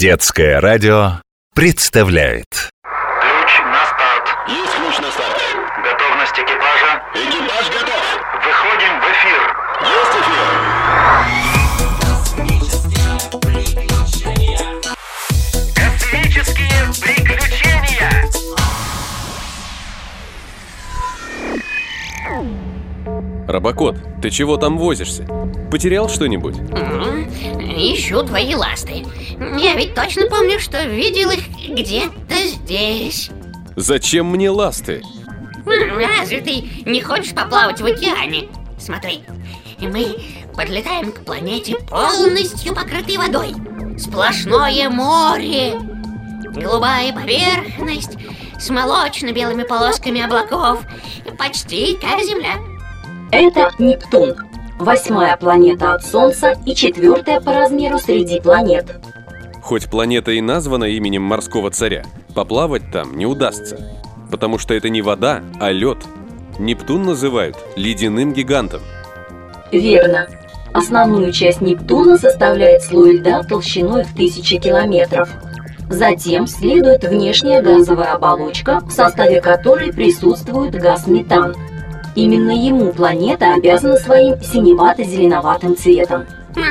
Детское радио представляет. Ключ на старт. Есть ключ на старт. Готовность экипажа. Экипаж готов. Выходим в эфир. Есть эфир. Космические приключения. Робокот, ты чего там возишься? Потерял что-нибудь? Ищу твои ласты. Я ведь точно помню, что видел их где-то здесь. Зачем мне ласты? Разве ты не хочешь поплавать в океане? Смотри, мы подлетаем к планете, полностью покрытой водой. Сплошное море. Голубая поверхность с молочно-белыми полосками облаков. Почти как Земля. Это Нептун, 8-я планета от Солнца и 4-я по размеру среди планет. Хоть планета и названа именем морского царя, поплавать там не удастся, потому что это не вода, а лед. Нептун называют ледяным гигантом. Верно. Основную часть Нептуна составляет слой льда толщиной в 1000 километров. Затем следует внешняя газовая оболочка, в составе которой присутствует газ метан. Именно ему планета обязана своим синевато-зеленоватым цветом.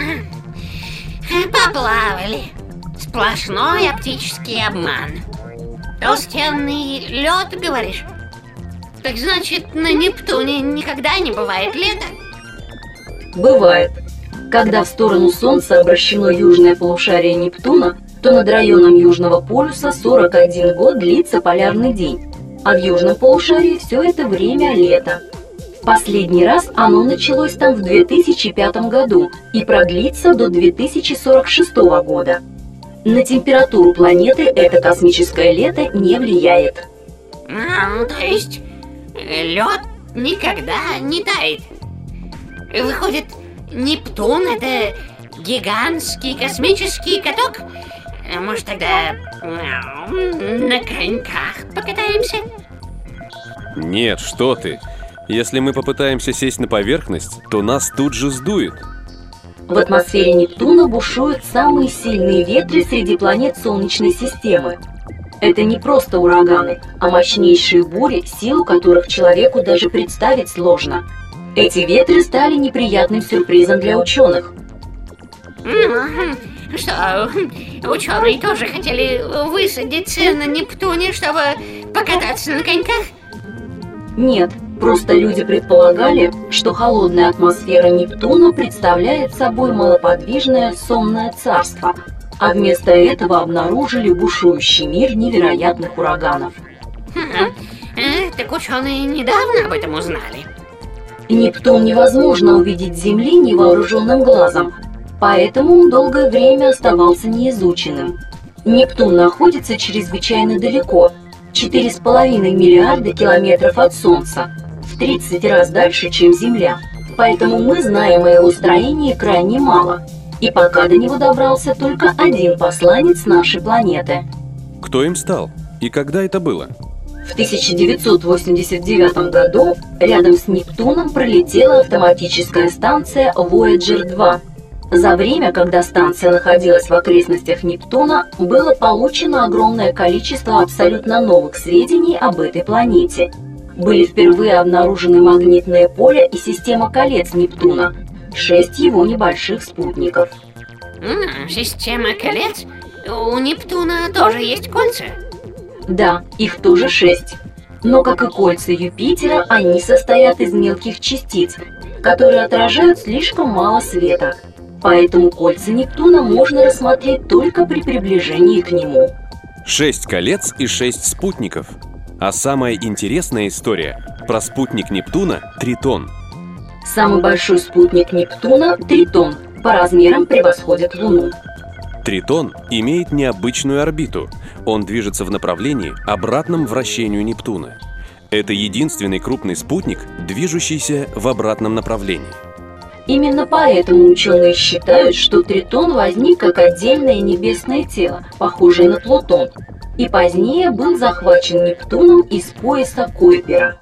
Поплавали. Сплошной оптический обман. Толстенный лед, говоришь? Так значит, на Нептуне никогда не бывает лета? Бывает. Когда в сторону Солнца обращено южное полушарие Нептуна, то над районом Южного полюса 41 год длится полярный день, а в южном полушарии все это время лето. Последний раз оно началось там в 2005 году и продлится до 2046 года. На температуру планеты это космическое лето не влияет. То есть лед никогда не тает. Выходит, Нептун — это гигантский космический каток? Может, тогда на коньках покатаемся? Нет, что ты. Если мы попытаемся сесть на поверхность, то нас тут же сдует. В атмосфере Нептуна бушуют самые сильные ветры среди планет Солнечной системы. Это не просто ураганы, а мощнейшие бури, силу которых человеку даже представить сложно. Эти ветры стали неприятным сюрпризом для ученых. Что, ученые тоже хотели высадиться на Нептуне, чтобы покататься на коньках? Нет, просто люди предполагали, что холодная атмосфера Нептуна представляет собой малоподвижное сонное царство, а вместо этого обнаружили бушующий мир невероятных ураганов. Так ученые недавно об этом узнали. Нептун невозможно увидеть с Земли невооруженным глазом, поэтому он долгое время оставался неизученным. Нептун находится чрезвычайно далеко, 4,5 миллиарда километров от Солнца, в 30 раз дальше, чем Земля. Поэтому мы знаем о его строении крайне мало. И пока до него добрался только один посланец нашей планеты. Кто им стал? И когда это было? В 1989 году рядом с Нептуном пролетела автоматическая станция Voyager 2. За время, когда станция находилась в окрестностях Нептуна, было получено огромное количество абсолютно новых сведений об этой планете. Были впервые обнаружены магнитное поле и система колец Нептуна, 6 его небольших спутников. Система колец? У Нептуна тоже есть кольца? Да, их тоже 6. Но, как и кольца Юпитера, они состоят из мелких частиц, которые отражают слишком мало света. Поэтому кольца Нептуна можно рассмотреть только при приближении к нему. 6 колец и 6 спутников. А самая интересная история про спутник Нептуна – Тритон. Самый большой спутник Нептуна – Тритон, по размерам превосходит Луну. Тритон имеет необычную орбиту. Он движется в направлении, обратном вращению Нептуна. Это единственный крупный спутник, движущийся в обратном направлении. Именно поэтому ученые считают, что Тритон возник как отдельное небесное тело, похожее на Плутон, и позднее был захвачен Нептуном из пояса Койпера.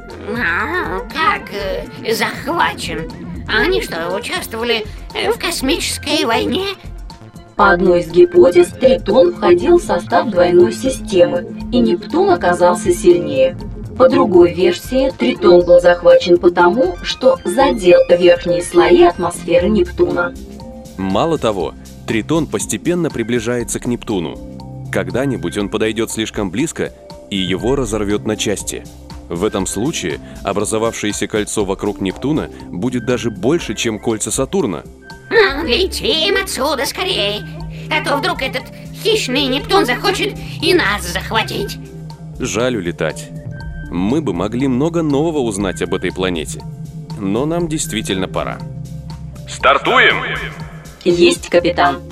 Как захвачен? Они что, участвовали в космической войне? По одной из гипотез, Тритон входил в состав двойной системы, и Нептун оказался сильнее. По другой версии, Тритон был захвачен потому, что задел верхние слои атмосферы Нептуна. Мало того, Тритон постепенно приближается к Нептуну. Когда-нибудь он подойдет слишком близко, и его разорвет на части. В этом случае образовавшееся кольцо вокруг Нептуна будет даже больше, чем кольца Сатурна. Ну, летим отсюда скорее, а то вдруг этот хищный Нептун захочет и нас захватить. Жаль улетать. Мы бы могли много нового узнать об этой планете. Но нам действительно пора. Стартуем! Есть, капитан.